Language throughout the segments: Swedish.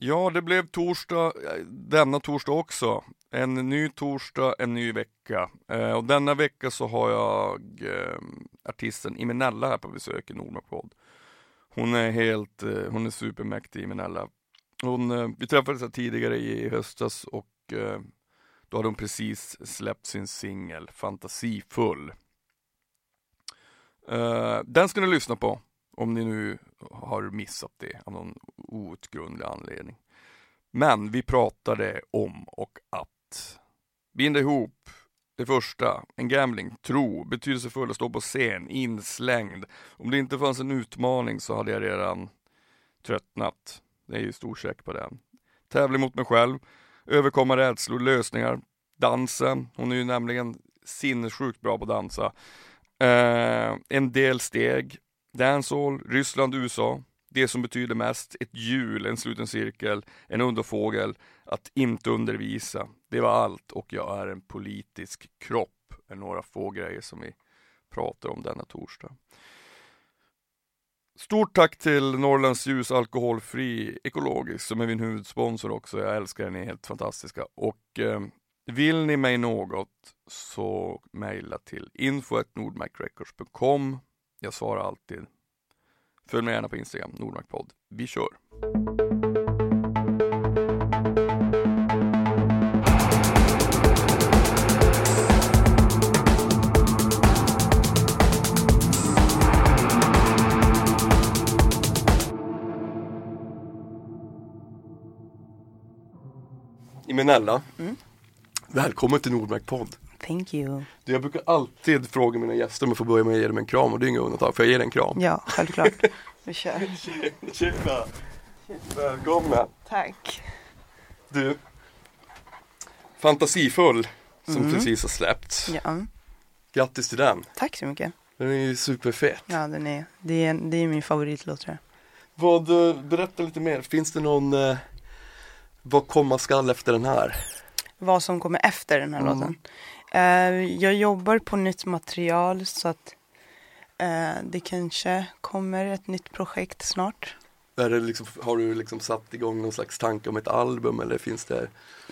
Ja, det blev torsdag, denna torsdag också. En ny torsdag, en ny vecka. Och denna vecka så har jag artisten Imenella här på besök i Nordmark Podd. Hon är supermäktig, Imenella. Vi träffades här tidigare i höstas och då hade hon precis släppt sin singel Fantasifull. Den ska ni lyssna på om ni nu har missat det av någon outgrundlig anledning. Men vi pratade om och att binda ihop det första, en gambling, tro, betydelsefull att stå på scen, inslängd. Om det inte fanns en utmaning så hade jag redan tröttnat. Det är ju stor säker på den. Tävling mot mig själv, överkomma rädslor, lösningar, dansen. Hon är ju nämligen sinnessjukt bra på att dansa. En del steg, dancehall, Ryssland, USA. Det som betyder mest, ett hjul, en sluten cirkel, en underfågel, att inte undervisa. Det var allt och jag är en politisk kropp. Är några få grejer som vi pratar om denna torsdag. Stort tack till Norrlands Ljus alkoholfri ekologisk som är min huvudsponsor också. Jag älskar den, är helt fantastiska. Och vill ni mig något så mejla till info@nordmarkrecords.com. Jag svarar alltid. Följ mig gärna på Instagram, Nordmarkpodd. Vi kör! Imenella, välkommen till Nordmarkpodd. Thank you. Jag brukar alltid fråga mina gäster om jag får börja med att ge dem en kram och det är inga undantag. Får jag ge dig en kram? Ja, självklart. Vi kör. Tjena. Välkomna. Tack. Du, Fantasifull som precis har släppts. Ja. Grattis till den. Tack så mycket. Den är ju superfett. Ja, det är min favoritlåt tror jag. Berätta lite mer. Finns det någon, vad komma skall efter den här? Vad som kommer efter den här låten? Jag jobbar på nytt material så att det kanske kommer ett nytt projekt snart. Är det liksom, har du liksom satt igång någon slags tanke om ett album eller finns det?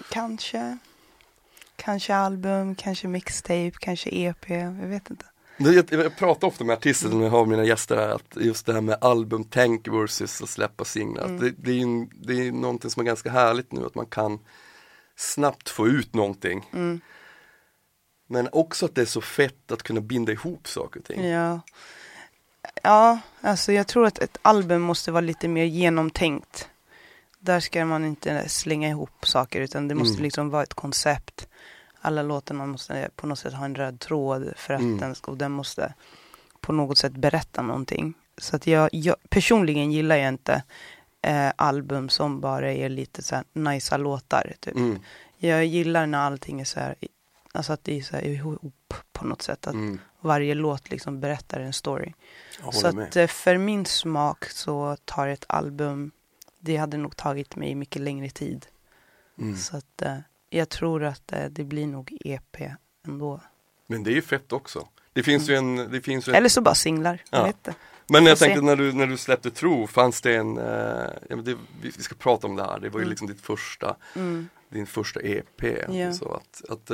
Kanske album, kanske mixtape, kanske EP, jag vet inte. Jag pratar ofta med artister när jag har mina gäster här att just det här med albumtänk versus att släppa singlar. Det är någonting som är ganska härligt nu att man kan snabbt få ut någonting. Men också att det är så fett att kunna binda ihop saker och ting. Ja, alltså jag tror att ett album måste vara lite mer genomtänkt. Där ska man inte slänga ihop saker utan det måste liksom vara ett koncept. Alla låtarna måste på något sätt ha en röd tråd för att den måste på något sätt berätta någonting. Så att jag personligen gillar jag inte album som bara är lite så här nice låtar typ. Jag gillar när allting är så här, alltså att det är så här ihop på något sätt att varje låt liksom berättar en story. Så att för min smak så tar ett album, det hade nog tagit mig mycket längre tid. Så att jag tror att det blir nog EP ändå. Men det är ju fett också. Det finns ju en eller så bara singlar, jag vet inte. Men jag tänkte när du släppte Tro fanns det en vi ska prata om det här. Det var ju liksom din första EP. Så att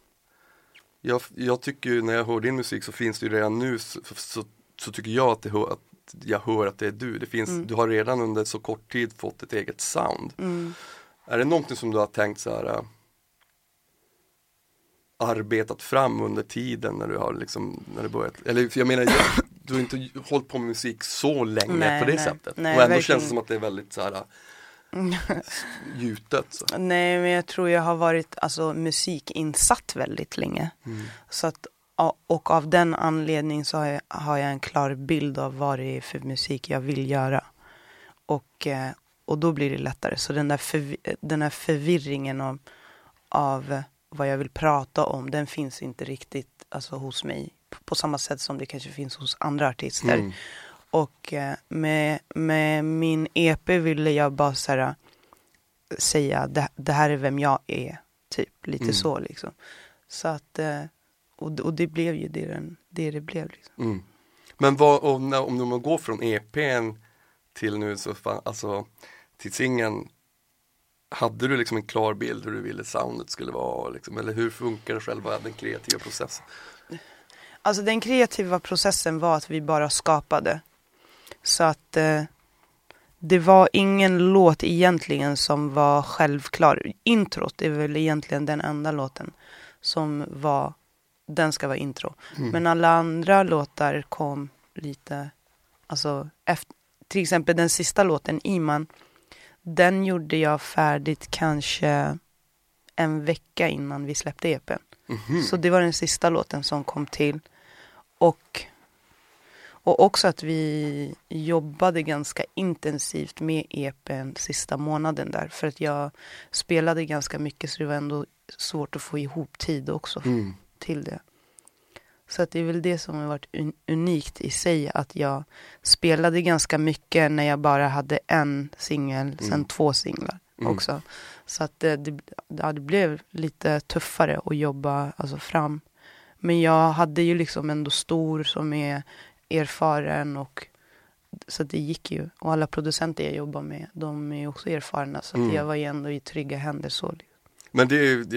jag tycker ju när jag hör din musik så finns det ju redan nu så tycker jag att jag hör att det är du. Det finns du har redan under så kort tid fått ett eget sound. Är det någonting som du har tänkt så här arbetat fram under tiden när du har liksom när du börjat, eller jag menar du har inte hållit på med musik så länge på det sättet. Nej, och ändå känns det som att det är väldigt så här gjutet så. Nej, men jag tror jag har varit musikinsatt väldigt länge. Så att, och av den anledningen så har jag en klar bild av vad det är för musik jag vill göra. Och då blir det lättare. Så den här förvirringen av vad jag vill prata om, den finns inte riktigt hos mig på samma sätt som det kanske finns hos andra artister. Och med min EP ville jag bara säga det här är vem jag är, typ lite så liksom. Så att och det blev ju det blev liksom. Men om man går från EP:n till nu så till singeln, hade du liksom en klar bild hur du ville soundet skulle vara liksom, eller hur funkar själva den kreativa processen? Alltså den kreativa processen var att vi bara skapade. Så att det var ingen låt egentligen som var självklar. Introt är väl egentligen den enda låten som var, den ska vara intro. Men alla andra låtar kom lite, alltså efter, till exempel den sista låten, Iman, den gjorde jag färdigt kanske en vecka innan vi släppte EPn. Så det var den sista låten som kom till. Och också att vi jobbade ganska intensivt med EPn sista månaden där. För att jag spelade ganska mycket så det var ändå svårt att få ihop tid också till det. Så att det är väl det som har varit unikt i sig. Att jag spelade ganska mycket när jag bara hade en singel, sen 2 singlar också. Så att det blev lite tuffare att jobba alltså fram. Men jag hade ju liksom ändå stor som är erfaren och så att det gick ju. Och alla producenter jag jobbar med, de är också erfarna. Så att jag var ju ändå i trygga händer så. Men det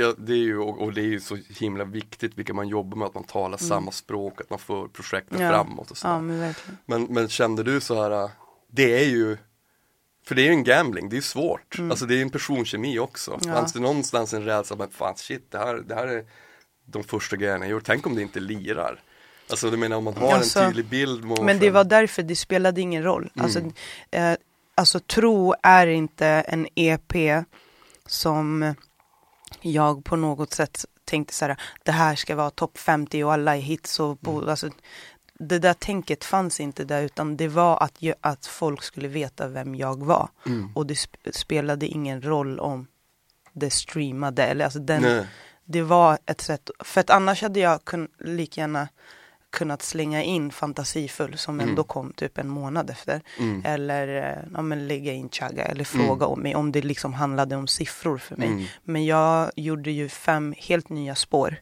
är ju så himla viktigt vilka man jobbar med, att man talar samma språk, att man får projektet framåt och så. Ja, men verkligen. Men kände du så här, det är ju, för det är ju en gambling, det är ju svårt. Alltså det är en personkemi också. Fanns det någonstans en rädsla, men fan shit, det här är de första grejerna jag gjort. Tänk om det inte lirar. Alltså du menar om man har en tydlig bild. Men det var därför det spelade ingen roll. Alltså Tro är inte en EP som jag på något sätt tänkte så här, det här ska vara topp 50 och alla är hits och alltså, det där tänket fanns inte där, utan det var att folk skulle veta vem jag var. Och det spelade ingen roll om det streamade eller alltså det var ett sätt, för att annars hade jag lika gärna kunnat slänga in Fantasifull som ändå kom typ en månad efter. Eller lägga in Chagga eller fråga om mig om det liksom handlade om siffror för mig. Men jag gjorde ju 5 helt nya spår.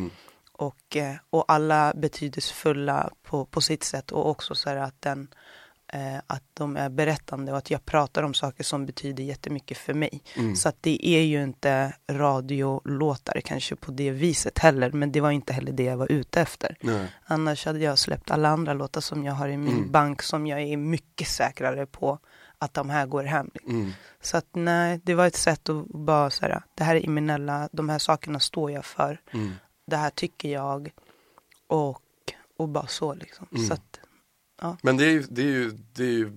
Och alla betydelsefulla på sitt sätt, och också så här att de är berättande och att jag pratar om saker som betyder jättemycket för mig. Så att det är ju inte radiolåtar kanske på det viset heller, men det var inte heller det jag var ute efter. Annars hade jag släppt alla andra låtar som jag har i min bank som jag är mycket säkrare på att de här går hem. Så att nej, det var ett sätt att bara säga, det här är Imenella, de här sakerna står jag för. Det här tycker jag och bara så liksom. Så att ja. Men det är ju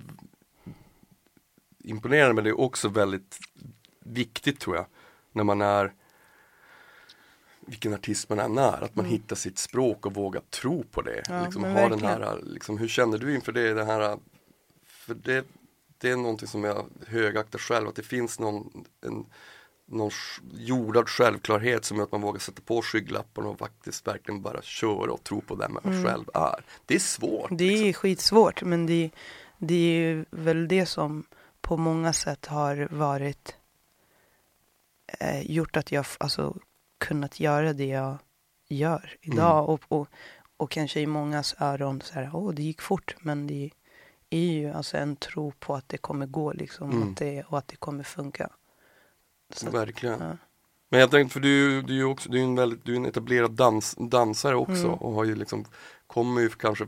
imponerande, men det är också väldigt viktigt tror jag, när man är, vilken artist man än är, att man hittar sitt språk och vågar tro på det. Ja, liksom, ha den här, liksom, hur känner du inför det här, för det är någonting som jag högaktar själv, att det finns någon jordad självklarhet som gör att man vågar sätta på skygglapparna och faktiskt verkligen bara köra och tro på den man själv är. Det är svårt. Det är skitsvårt, men det är väl det som på många sätt har varit gjort att jag alltså kunnat göra det jag gör idag. Och kanske i mångas öron så här, det gick fort, men det är ju alltså en tro på att det kommer gå liksom, att det kommer funka. Så, verkligen. Ja. Men jag tänkte, för du är en etablerad dansare också och har ju liksom, kommer ju kanske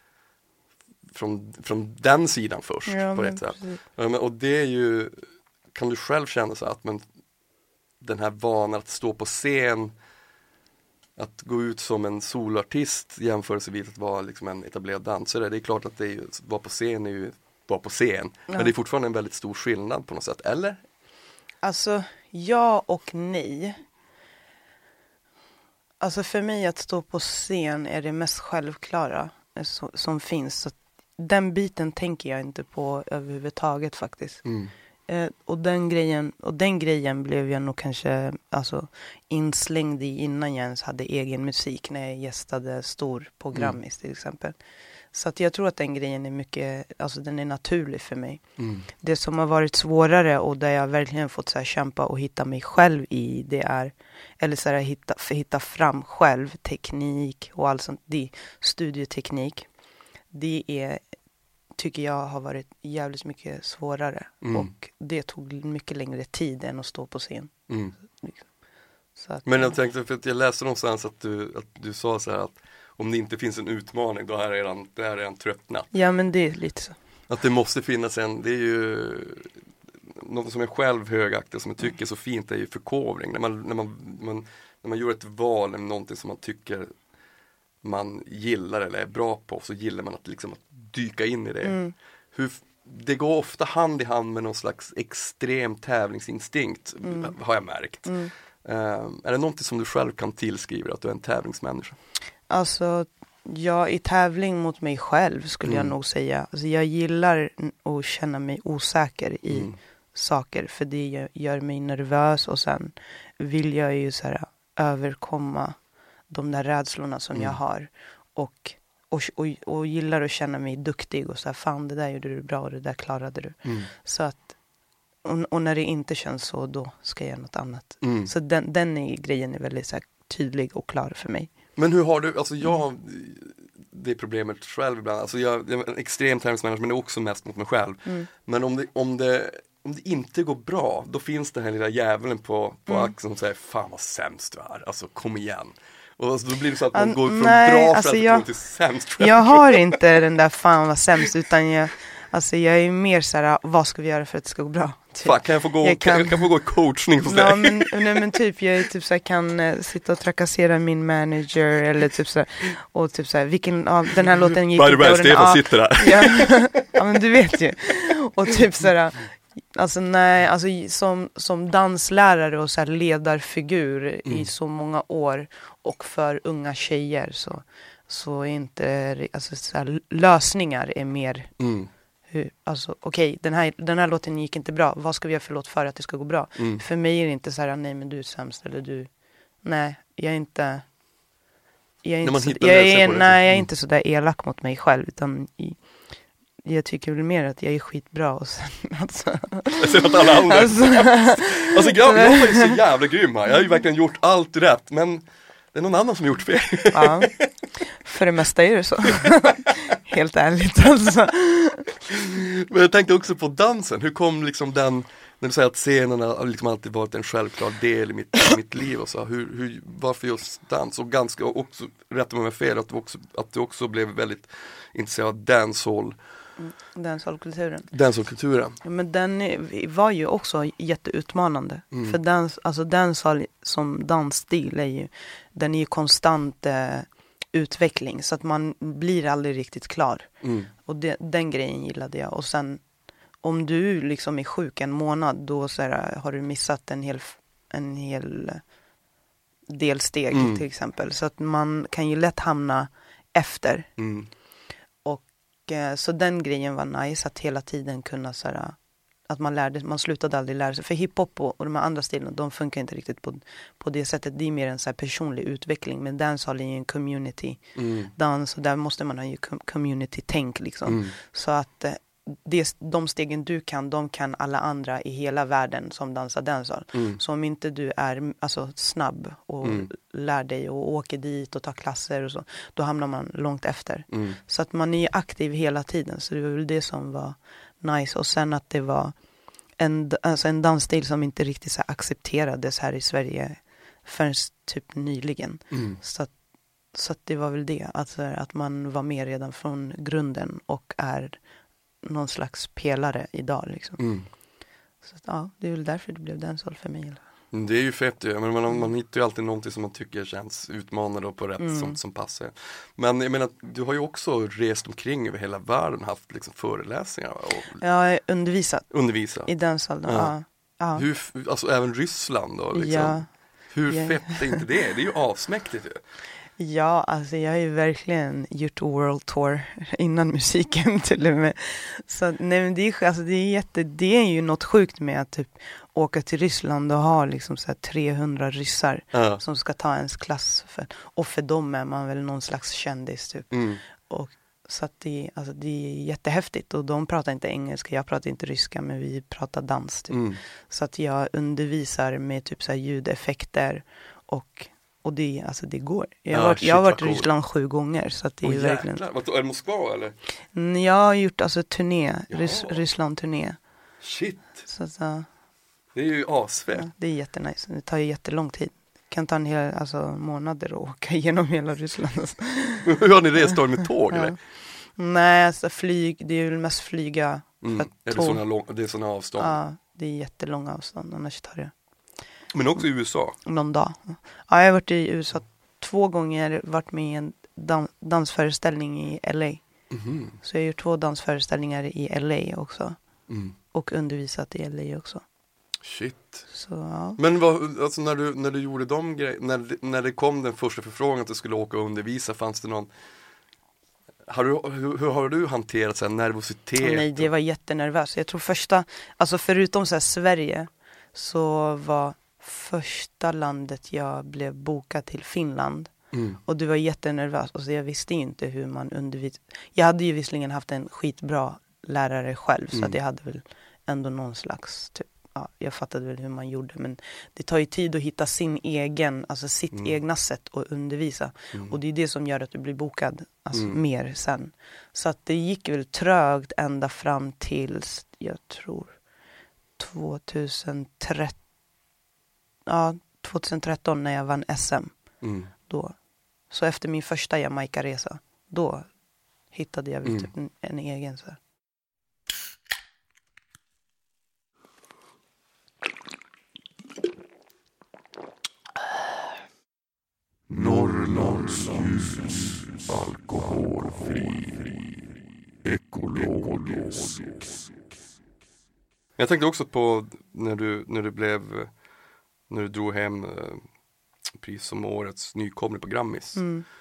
från den sidan först på rätt sätt. Och det är ju, kan du själv känna så att den här vanan att stå på scen, att gå ut som en solartist jämförelsevis att vara liksom en etablerad dansare, det är klart att vara på scen är ju vara på scen, men det är fortfarande en väldigt stor skillnad på något sätt, eller? Alltså, ja och nej. Alltså för mig att stå på scen är det mest självklara som finns. Så den biten tänker jag inte på överhuvudtaget faktiskt. Och den grejen blev jag nog kanske alltså, inslängd i innan jag ens hade egen musik, när jag gästade stor på Grammis till exempel. Så att jag tror att den grejen är mycket, alltså den är naturlig för mig. Det som har varit svårare och där jag verkligen fått så här kämpa och hitta mig själv i, det är, eller så här hitta fram själv, teknik och allt sånt, det studieteknik. Det är tycker jag har varit jävligt mycket svårare. Och det tog mycket längre tid än att stå på scen. Liksom. Så att, men jag tänkte, för att jag läste någonstans att du sa så här att om det inte finns en utmaning, då är det redan tröttnat. Ja, men det är lite så. Att det måste finnas det är ju något som jag själv högaktar, som jag tycker är så fint, är ju förkovring. När man gör ett val med någonting som man tycker man gillar eller är bra på, så gillar man att dyka in i det. Det går ofta hand i hand med någon slags extrem tävlingsinstinkt, har jag märkt. Är det någonting som du själv kan tillskriva, att du är en tävlingsmänniska? Alltså, i tävling mot mig själv skulle jag nog säga. Alltså, jag gillar att känna mig osäker i saker, för det gör mig nervös, och sen vill jag ju så här överkomma de där rädslorna som jag har, och gillar att känna mig duktig och så här, fan, det där gjorde du bra och det där klarade du. Så att, och när det inte känns så, då ska jag göra något annat. Så den grejen är väldigt så här tydlig och klar för mig. Men hur har du, alltså det är problemet själv ibland, alltså jag är en extrem tävlingsmänniska, men det är också mest mot mig själv. Men om det inte går bra, då finns den här lilla jäveln på axeln som säger, fan vad sämst du är, alltså kom igen. Och alltså, då blir det så att man går från bra självförtroende till sämst självförtroende. Jag har inte den där fan vad sämst, utan jag är mer så här, vad ska vi göra för att det ska gå bra? Typ. Fan, kan jag få gå i coachning hos dig? Men typ, jag är typ så här, kan sitta och trakassera min manager, eller typ så här, och typ så här, den här låten gick inte bra. Stefan sitter där. Ja, men du vet ju. Och typ så här, alltså nej, alltså som danslärare och så här ledarfigur i så många år, och för unga tjejer, så är inte, alltså så här, lösningar är mer alltså okej, den här låten gick inte bra, vad ska vi göra för låt för att det ska gå bra? För mig är det inte så här, nej men du är sämst, eller du, nej, jag är inte så där elak mot mig själv, utan jag tycker väl mer att jag är skitbra, och sen alltså, jag ser att alla andra alltså jag är ju så jävla grym här. Jag har ju verkligen gjort allt rätt, men det är någon annan som har gjort fel. Ja, för det mesta är det så. Helt ärligt alltså. Men jag tänkte också på dansen. Hur kom liksom den, när du säger att scenen har liksom alltid varit en självklar del i mitt liv och så. Varför just dans? Och ganska också, rätta mig med fel, att du också blev väldigt intresserad av dancehall. Dancehall-kulturen. Ja, men den var ju också jätteutmanande. För dancehall som dansstil den är ju konstant utveckling, så att man blir aldrig riktigt klar. Och den grejen gillade jag. Och sen om du liksom är sjuk en månad, då så här, har du missat en hel del steg till exempel. Så att man kan ju lätt hamna efter. Så den grejen var nice, att hela tiden kunna så här, att man slutade aldrig lära sig. För hiphop och de här andra stilarna, de funkar inte riktigt på det sättet. Det är mer en så här personlig utveckling. Men dancehall är ju en community dans, och där måste man ha ju community-tänk liksom. Så att de stegen du kan, de kan alla andra i hela världen som dansar dancehall. Så om inte du är snabb och lär dig och åker dit och tar klasser och så, då hamnar man långt efter. Så att man är aktiv hela tiden, så det var väl det som var nice. Och sen att det var en dansstil som inte riktigt så accepterades här i Sverige förrän typ nyligen. Så att det var väl det, att man var med redan från grunden och är någon slags pelare idag liksom. Så att, ja, det är väl därför det blev dancehall för mig. Det är ju fett ju, men man hittar ju alltid någonting som man tycker känns utmanande och på rätt som passar. Men jag menar, du har ju också rest omkring över hela världen, haft liksom föreläsningar. Ja, jag undervisat. I dancehall, ja. Alltså även Ryssland då liksom. Ja. Hur fett är inte det? Det är ju asmäktigt ju. Ja, alltså jag har ju verkligen gjort World Tour innan musiken till och med. Så nej, men det är ju något sjukt med att typ åka till Ryssland och ha liksom så här 300 ryssar som ska ta ens klass. Och för dem är man väl någon slags kändis typ. Och så att det är jättehäftigt, och de pratar inte engelska, jag pratar inte ryska, men vi pratar dans typ. Så att jag undervisar med typ så här ljudeffekter och Och det går. Jag har varit i Ryssland 7 gånger. Så att det är verkligen... Är det Moskva eller? Jag har gjort turné. Ryssland-turné. Shit. Så att, det är ju asfett. Ja, det är jättenice. Det tar ju jättelång tid. Det kan ta en hel månader att åka igenom hela Ryssland. Hur har ni rest då med tåg eller? Nej, flyg. Det är väl mest flyga. Är det sådana avstånd? Ja, det är jättelånga avstånd. Annars tar det. Men också i USA? Någon dag. Ja, jag har varit i USA 2 gånger. Varit med i en dansföreställning i LA. Mm. Så jag har gjort 2 dansföreställningar i LA också. Mm. Och undervisat i LA också. Shit. Så, ja. Men alltså när du gjorde de grejerna, när det kom den första förfrågan att du skulle åka och undervisa, fanns det någon... Hur har du hanterat så här nervositet? Nej, det var jättenervös. Jag tror förutom så här Sverige, så var första landet jag blev bokad till Finland. Mm. Och du var jättenervös. Och så jag visste inte hur man undervisar. Jag hade ju visserligen haft en skitbra lärare själv. Så att jag hade väl ändå någon slags jag fattade väl hur man gjorde. Men det tar ju tid att hitta sin egen, alltså sitt egna sätt att undervisa. Och det är det som gör att du blir bokad mer sen. Så att det gick väl trögt ända fram till, jag tror 2013 när jag vann SM. Då. Så efter min första Jamaica-resa, då hittade jag väl typ en egen så här. Norrlands ljus, alkoholfri, ekologisk. Jag tänkte också på när du drog hem pris som årets nykomling på Grammis.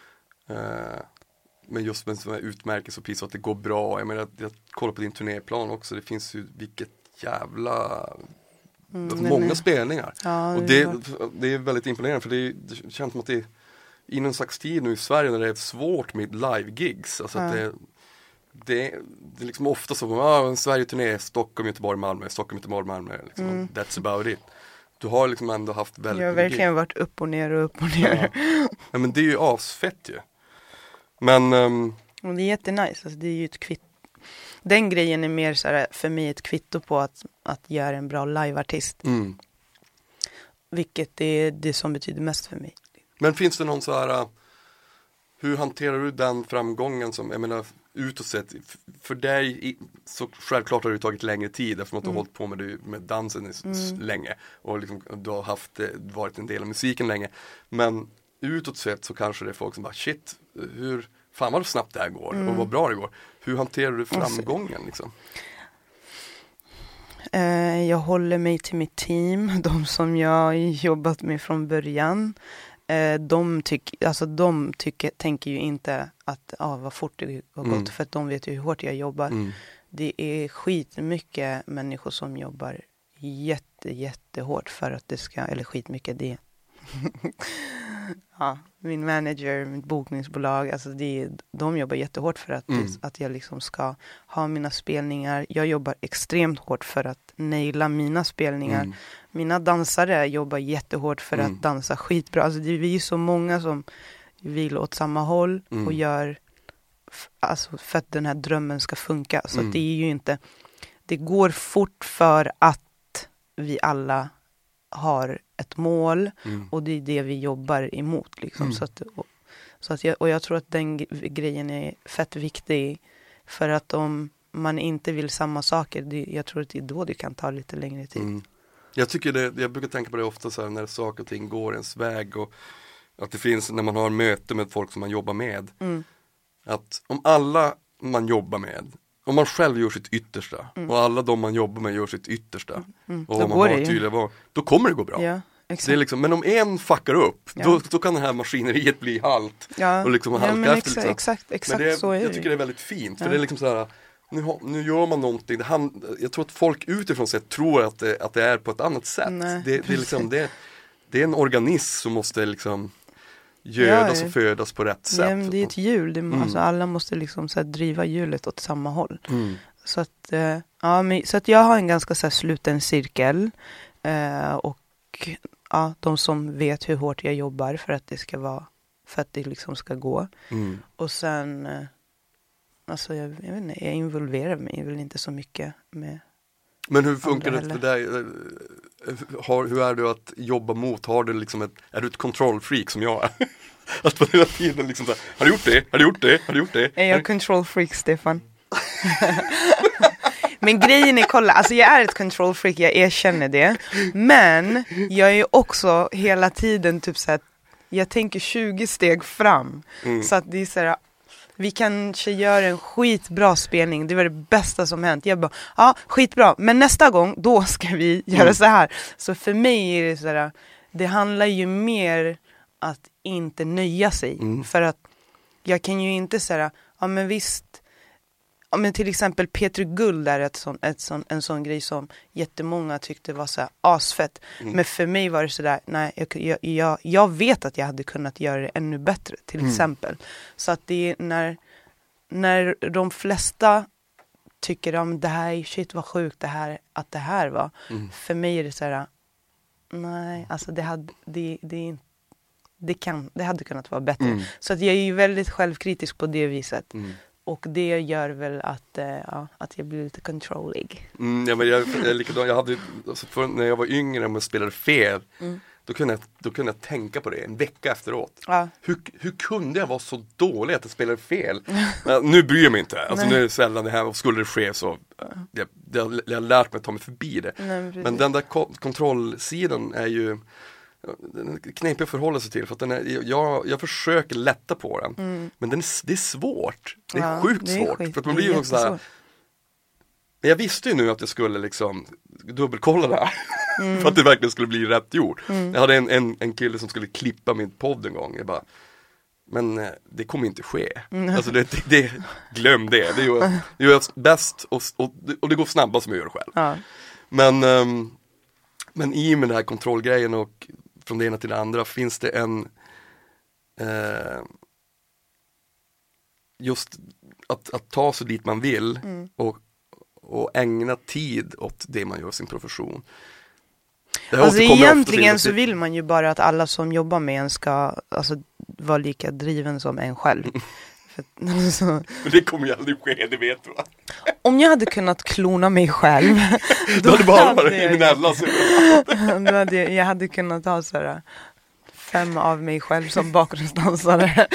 Men just med sådana här utmärkelse och pris och att det går bra. Jag menar, jag kollar på din turnéplan också. Det finns ju vilket jävla... många spelningar. Ja, och det är väldigt imponerande, för det känns som att det är i någon slags tid nu i Sverige när det är svårt med live-gigs. Alltså att det är liksom ofta så en Sverige-turné, Stockholm, Göteborg, Malmö, Stockholm, Göteborg, Malmö. Liksom, that's about it. Du har liksom ändå haft väldigt... Jag har verkligen varit upp och ner och upp och ner. Ja, men det är ju asfett ju. Men... och det är jättenice. Alltså, det är ju ett kvitto. Den grejen är mer så här, för mig ett kvitto på att göra en bra liveartist. Vilket är det som betyder mest för mig. Men finns det någon så här, hur hanterar du den framgången som, jag menar, utåt sett, för dig, så självklart har det tagit längre tid eftersom att du har hållit på med dansen länge och liksom, du har varit en del av musiken länge. Men utåt sett så kanske det är folk som bara, shit, fan vad snabbt det här går och vad bra det går. Hur hanterar du framgången liksom? Jag håller mig till mitt team, de som jag har jobbat med från början. De tänker ju inte att vad fort det har gått, för att de vet ju hur hårt jag jobbar. Det är skitmycket människor som jobbar jättehårt för att det ska, eller skitmycket det. Min manager, mitt bokningsbolag, alltså de jobbar jättehårt för att jag liksom ska ha mina spelningar. Jag jobbar extremt hårt för att naila mina spelningar. Mina dansare jobbar jättehårt för att dansa skitbra. Alltså vi är ju så många som vill åt samma håll och gör alltså för att den här drömmen ska funka. Så att det är ju inte, det går fort för att vi alla har ett mål och det är det vi jobbar emot liksom. Jag tror att den grejen är fett viktig, för att om man inte vill samma saker, jag tror att det är då det kan ta lite längre tid. Jag brukar tänka på det ofta så här, när saker och ting går ens väg, och att det finns, när man har möte med folk som man jobbar med, att om alla man jobbar med, om man själv gör sitt yttersta och alla de man jobbar med gör sitt yttersta och om man har tydliga val, då kommer det gå bra. Ja, exakt. Det är liksom, men om en fuckar upp, då kan det här maskineriet bli halt och liksom halka efter. Liksom. Exakt men så är det. Jag tycker det är väldigt fint, för det är liksom så här, nu gör man någonting. Jag tror att folk utifrån sett tror att det är på ett annat sätt. Det är liksom, det är en organism som måste liksom gödas och födas på rätt sätt. Ja, det är ett hjul. Alltså, alla måste liksom så här, driva hjulet åt samma håll. Så att jag har en ganska så här, sluten cirkel. Och de som vet hur hårt jag jobbar för att det liksom ska gå. Och sen, alltså jag vet inte, jag involverar mig väl inte så mycket med. Men hur funkar det för dig? Hur är det att jobba mot? Är du ett kontrollfreak som jag är? Att man hela tiden liksom så här, har du gjort det? Har du gjort det? Har du gjort det? Är jag control freak, Stefan? Men grejen är, kolla, alltså jag är ett control freak, jag erkänner det. Men jag är också hela tiden typ så här, jag tänker 20 steg fram. Så att det är så här, vi kanske gör en skitbra spelning, det var det bästa som hänt. Jag bara, skitbra, men nästa gång, då ska vi göra så här. Så för mig är det så här, det handlar ju mer att inte nöja sig. För att jag kan ju inte säga, men visst, men till exempel Peter Guld är en sån grej som jättemånga tyckte var så här asfett. Men för mig var det så där, nej, jag vet att jag hade kunnat göra det ännu bättre, till exempel. Så att det är när de flesta tycker det här är shit vad sjukt det här var. För mig är det så här, nej, alltså det hade kunnat vara bättre. Så att jag är ju väldigt självkritisk på det viset. Och det gör väl att jag blir lite controllig. Ja, men jag är likadan. Jag hade, alltså när jag var yngre och spelade fel, då kunde jag tänka på det en vecka efteråt. Ja. Hur kunde jag vara så dålig att jag spelade fel? Men nu bryr jag mig inte. Alltså, nu är det sällan det här, och skulle det ske så jag har lärt mig att ta mig förbi det. Men den där kontrollsidan är ju knepig att förhålla sig till, för att jag försöker lätta på den, men det är svårt, det är sjukt svårt, för att man blir ju också så här. Men jag visste ju nu att jag skulle liksom dubbelkolla det här för att det verkligen skulle bli rätt gjort. Jag hade en kille som skulle klippa min podd en gång, jag bara, men det kommer inte ske. Alltså glöm det. Det gör bäst och det går snabbast som jag gör själv. Men i med den här kontrollgrejen och från det ena till det andra finns det en just att ta sig dit man vill och ägna tid åt det man gör sin profession. Alltså egentligen så vill man ju bara att alla som jobbar med en ska vara lika driven som en själv. Men det kommer ju aldrig ske, det vet du, va? Om jag hade kunnat klona mig själv då hade bara varit kriminella. Jag hade kunnat ha så här 5 av mig själv som bakgrundsdansare.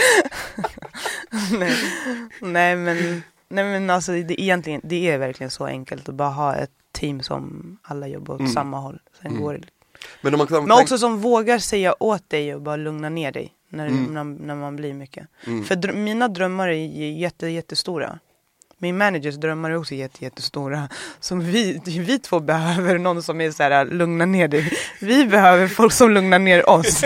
Nej men alltså egentligen, det är verkligen så enkelt att bara ha ett team som alla jobbar åt samma håll. Sen går det. Men också som vågar säga åt dig och bara lugna ner dig när man blir mycket. För mina drömmar är jättestora. Min managers drömmar är också jättestora. Som vi två behöver någon som är så här, lugna ner dig. Vi behöver folk som lugnar ner oss.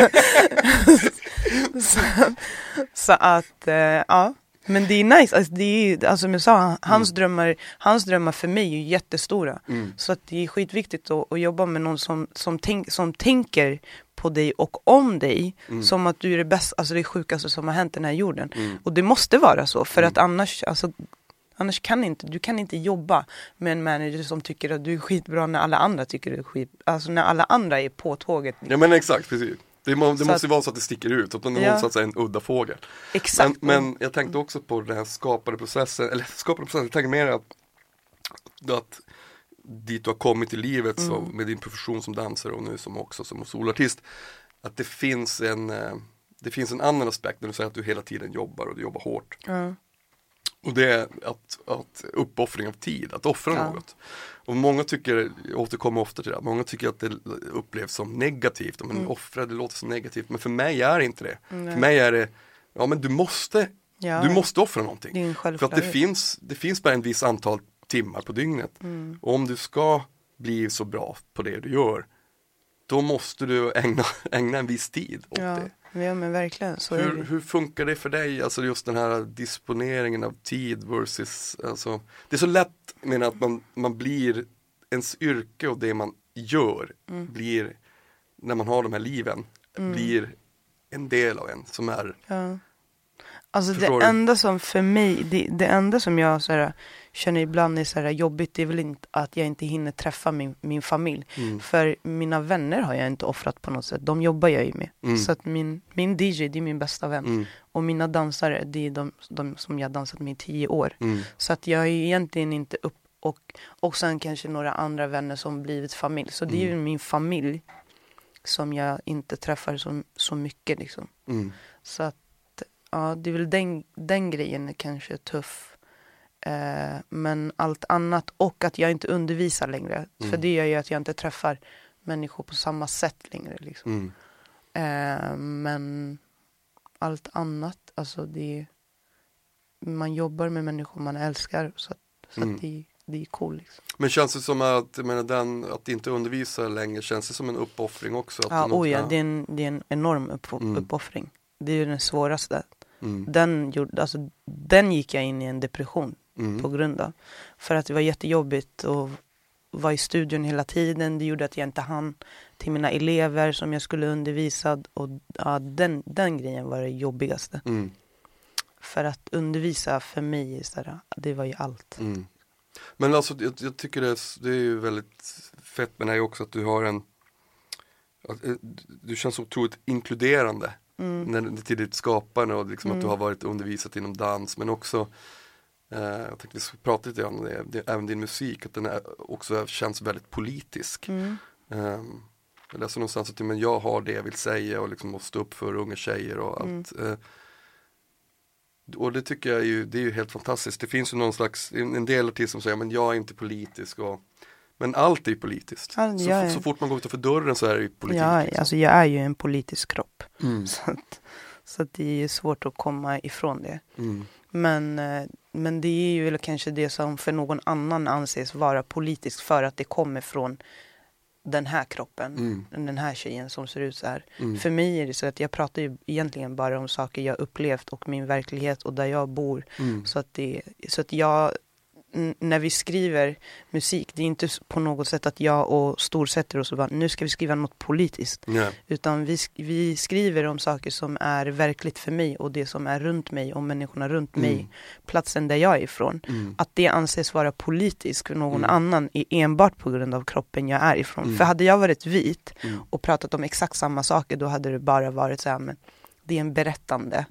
så att, ja. Men det är nice, alltså det är, alltså som jag sa, hans drömmar för mig är ju jättestora. Så att det är skitviktigt att jobba med någon som tänker på dig och om dig som att du är det bästa, alltså det sjukaste som har hänt den här jorden. Och det måste vara så, för att annars kan du inte jobba med en manager som tycker att du är skitbra när alla andra tycker du är alltså när alla andra är på tåget. Ja, men exakt, precis. Det måste vara så att det sticker ut, att man så att säga en udda fågel. Exakt. Men jag tänkte också på den här skapande processen, jag tänker mer att dit du har kommit i livet så, med din profession som dansare och nu som solartist, att det finns en annan aspekt när du säger att du hela tiden jobbar och du jobbar hårt. Och det är att uppoffring av tid, att offra något. Och många tycker, jag återkommer ofta till det, många tycker att det upplevs som negativt. Men offra, det låter som negativt. Men för mig är det inte det. För mig är det, men du måste offra någonting. För att det finns bara en viss antal timmar på dygnet. Och om du ska bli så bra på det du gör, då måste du ägna en viss tid åt det. Ja, men verkligen. Så hur funkar det för dig? Alltså just den här disponeringen av tid versus, alltså, det är så lätt med att man blir, ens yrke och det man gör blir, när man har de här liven, blir en del av en som är. Alltså Förstår det du? enda som för mig, det enda som jag så här, känner ibland är så här jobbigt, det är väl inte att jag inte hinner träffa min familj. För mina vänner har jag inte offrat på något sätt, de jobbar jag ju med. Så att min DJ, det är min bästa vän. Och mina dansare, det är de som jag dansat med i 10 år. Så att jag är egentligen inte upp, och sen kanske några andra vänner som blivit familj. Så det är ju min familj som jag inte träffar så mycket liksom. Så att ja, det är väl den grejen är kanske tuff. Men allt annat, och att jag inte undervisar längre. För det gör ju att jag inte träffar människor på samma sätt längre liksom. Men allt annat, alltså man jobbar med människor man älskar, så att det är cool liksom. Men känns det som att, jag menar, att inte undervisa längre, känns det som en uppoffring också? Ja, det är en enorm uppoffring. Det är ju den svåraste. Den gick jag in i en depression på grund av. För att det var jättejobbigt att vara i studion hela tiden. Det gjorde att jag inte hann till mina elever som jag skulle undervisa. Och ja, den grejen var det jobbigaste. För att undervisa för mig, det var ju allt. Men alltså, jag tycker det är ju väldigt fett med det här också, att du har du känns otroligt inkluderande. Till ditt skapande, och liksom att du har varit undervisat inom dans, men också jag tänkte vi ska prata lite om det, även din musik, att den också känns väldigt politisk. Jag läser någonstans att men jag har det jag vill säga, och liksom måste stå upp för unga tjejer och allt. Och det tycker jag det är ju helt fantastiskt. Det finns ju någon slags, en del artister som säger men jag är inte politisk, men allt är ju politiskt. Så fort man går utanför dörren så är det ju politik. Ja, liksom. alltså jag är ju en politisk kropp. Så att det är ju svårt att komma ifrån det. Men det är ju kanske det som för någon annan anses vara politiskt, för att det kommer från den här kroppen, den här tjejen som ser ut så här. För mig är det så att jag pratar ju egentligen bara om saker jag upplevt och min verklighet och där jag bor. Så att jag, när vi skriver musik, det är inte på något sätt att jag och Stor sätter oss och bara, nu ska vi skriva något politiskt. Utan vi skriver om saker som är verkligt för mig och det som är runt mig och människorna runt mig, platsen där jag är ifrån. Att det anses vara politiskt för någon annan är enbart på grund av kroppen jag är ifrån. För hade jag varit vit och pratat om exakt samma saker, då hade det bara varit så här, men det är en berättande.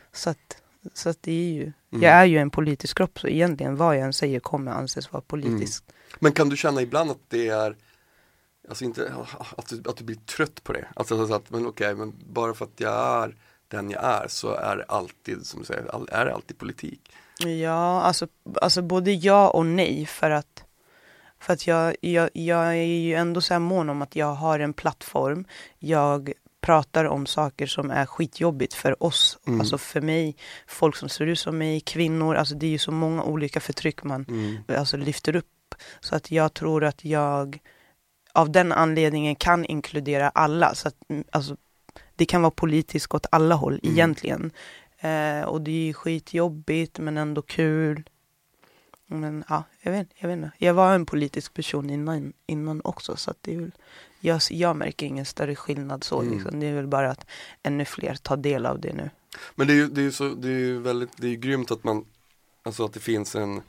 Så att det är ju, jag är ju en politisk kropp, så egentligen vad jag än säger kommer anses vara politiskt. Men kan du känna ibland att det är, alltså inte att du blir trött på det? Alltså att, men okej, men bara för att jag är den jag är, så är det alltid, som du säger, är det alltid politik? Ja, alltså både ja och nej, för att jag är ju ändå så här mån om att jag har en plattform. Jag pratar om saker som är skitjobbigt för oss. Alltså för mig, folk som ser ut som mig, kvinnor. Alltså det är ju så många olika förtryck man alltså lyfter upp. Så att jag tror att jag av den anledningen kan inkludera alla. Så att alltså, det kan vara politiskt åt alla håll egentligen. Och det är ju skitjobbigt men ändå kul. Men ja, jag vet inte. Jag var en politisk person innan också, så att det är väl, jag märker ingen större skillnad så liksom. Det är väl bara att ännu fler tar del av det nu. Men det är ju grymt att man, alltså att det finns en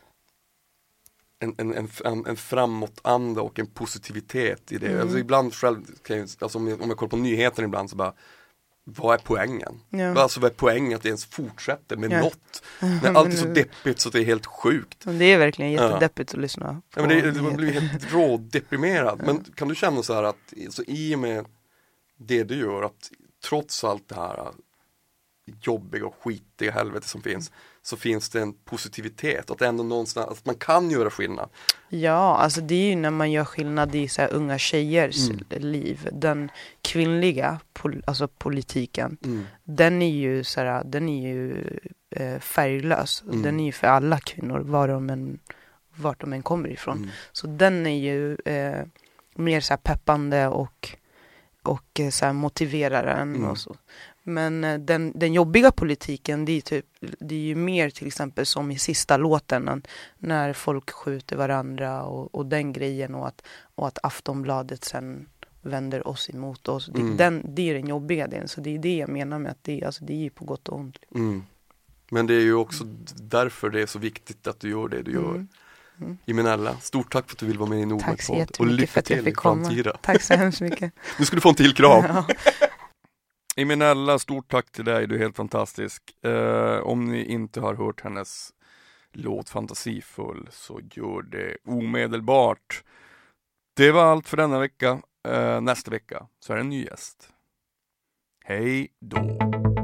framåtanda och en positivitet i det. Alltså ibland själv kan jag, alltså om jag kollar på nyheterna ibland så bara, vad är poängen? Alltså vad är poängen att det ens fortsätter med något? När allt är så deppigt så det är helt sjukt. Det är verkligen jättedeppigt att lyssna på. Ja, men man blir helt rådeprimerad. Men kan du känna så här att så i och med det du gör, att trots allt det här jobbiga och skitiga helvete som finns, så finns det en positivitet, att ändå någonstans att man kan göra skillnad. Ja, alltså det är ju när man gör skillnad i så här unga tjejers liv. Den kvinnliga politiken, den är ju så här, den är ju färglös. Den är ju för alla kvinnor, vart de än kommer ifrån. Så den är ju mer så här peppande och så här motiverar en och så. Men den jobbiga politiken, det är ju mer till exempel som i sista låten när folk skjuter varandra och den grejen, och att Aftonbladet sen vänder oss emot oss. Det är den jobbiga delen, så det är det jag menar med att det är ju på gott och ont. Men det är ju också därför det är så viktigt att du gör det du gör. Imenella, stort tack för att du vill vara med i Nordmark podd. Och lycka till i framtida. Tack så hemskt mycket. Nu ska du få en till kram. Ja. Imenella, stort tack till dig, du är helt fantastisk. Om ni inte har hört hennes låt Fantasifull så gör det omedelbart. Det var allt för denna vecka. Nästa vecka så är det en ny gäst. Hej då!